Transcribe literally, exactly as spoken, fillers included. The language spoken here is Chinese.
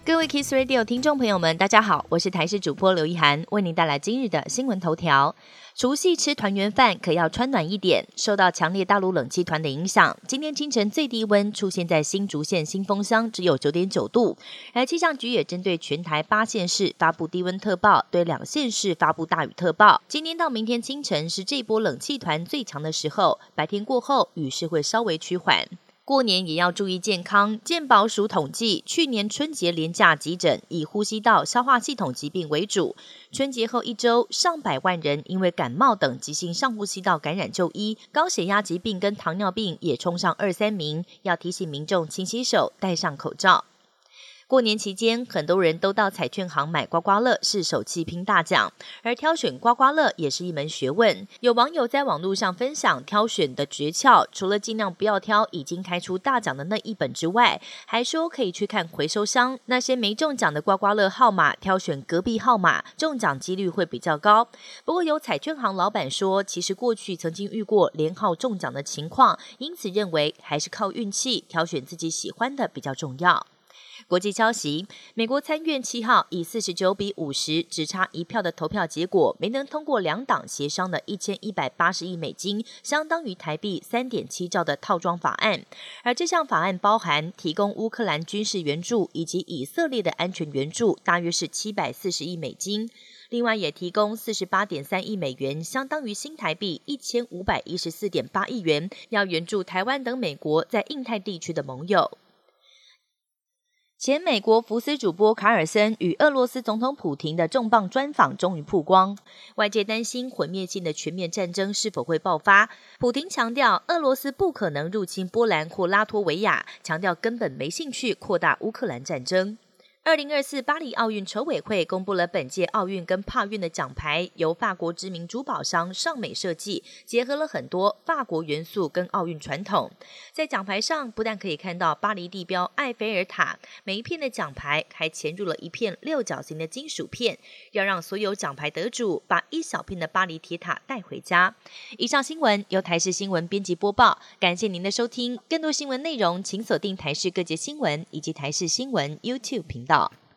各位 Kiss Radio 听众朋友们，大家好，我是台视主播刘一涵，为您带来今日的新闻头条。除夕吃团圆饭，可要穿暖一点。受到强烈大陆冷气团的影响，今天清晨最低温出现在新竹县新丰乡，只有 九点九度。而气象局也针对全台八县市发布低温特报，对两县市发布大雨特报。今天到明天清晨是这波冷气团最强的时候，白天过后雨势会稍微趋缓。过年也要注意健康，健保署统计，去年春节连假急诊以呼吸道、消化系统疾病为主。春节后一周，上百万人因为感冒等急性上呼吸道感染就医，高血压疾病跟糖尿病也冲上二三名，要提醒民众勤洗手、戴上口罩。过年期间，很多人都到彩券行买刮刮乐，是手气拼大奖。而挑选刮刮乐也是一门学问。有网友在网络上分享挑选的诀窍，除了尽量不要挑已经开出大奖的那一本之外，还说可以去看回收箱，那些没中奖的刮刮乐号码，挑选隔壁号码，中奖几率会比较高。不过有彩券行老板说，其实过去曾经遇过连号中奖的情况，因此认为还是靠运气，挑选自己喜欢的比较重要。国际消息，美国参院七号以四十九比五十只差一票的投票结果，没能通过两党协商的一千一百八十亿美金，相当于台币 三点七兆的套装法案。而这项法案包含提供乌克兰军事援助以及以色列的安全援助，大约是七百四十亿美金。另外也提供 四十八点三亿美元，相当于新台币 一千五百一十四点八亿元，要援助台湾等美国在印太地区的盟友。前美国福斯主播卡尔森与俄罗斯总统普廷的重磅专访终于曝光，外界担心毁灭性的全面战争是否会爆发。普廷强调，俄罗斯不可能入侵波兰或拉脱维亚，强调根本没兴趣扩大乌克兰战争。二零二四巴黎奥运筹委会公布了本届奥运跟帕运的奖牌，由法国知名珠宝商尚美设计，结合了很多法国元素跟奥运传统。在奖牌上不但可以看到巴黎地标埃菲尔塔，每一片的奖牌还嵌入了一片六角形的金属片，要让所有奖牌得主把一小片的巴黎铁塔带回家。以上新闻由台视新闻编辑播报，感谢您的收听。更多新闻内容请锁定台视各节新闻以及台视新闻 YouTube 频道。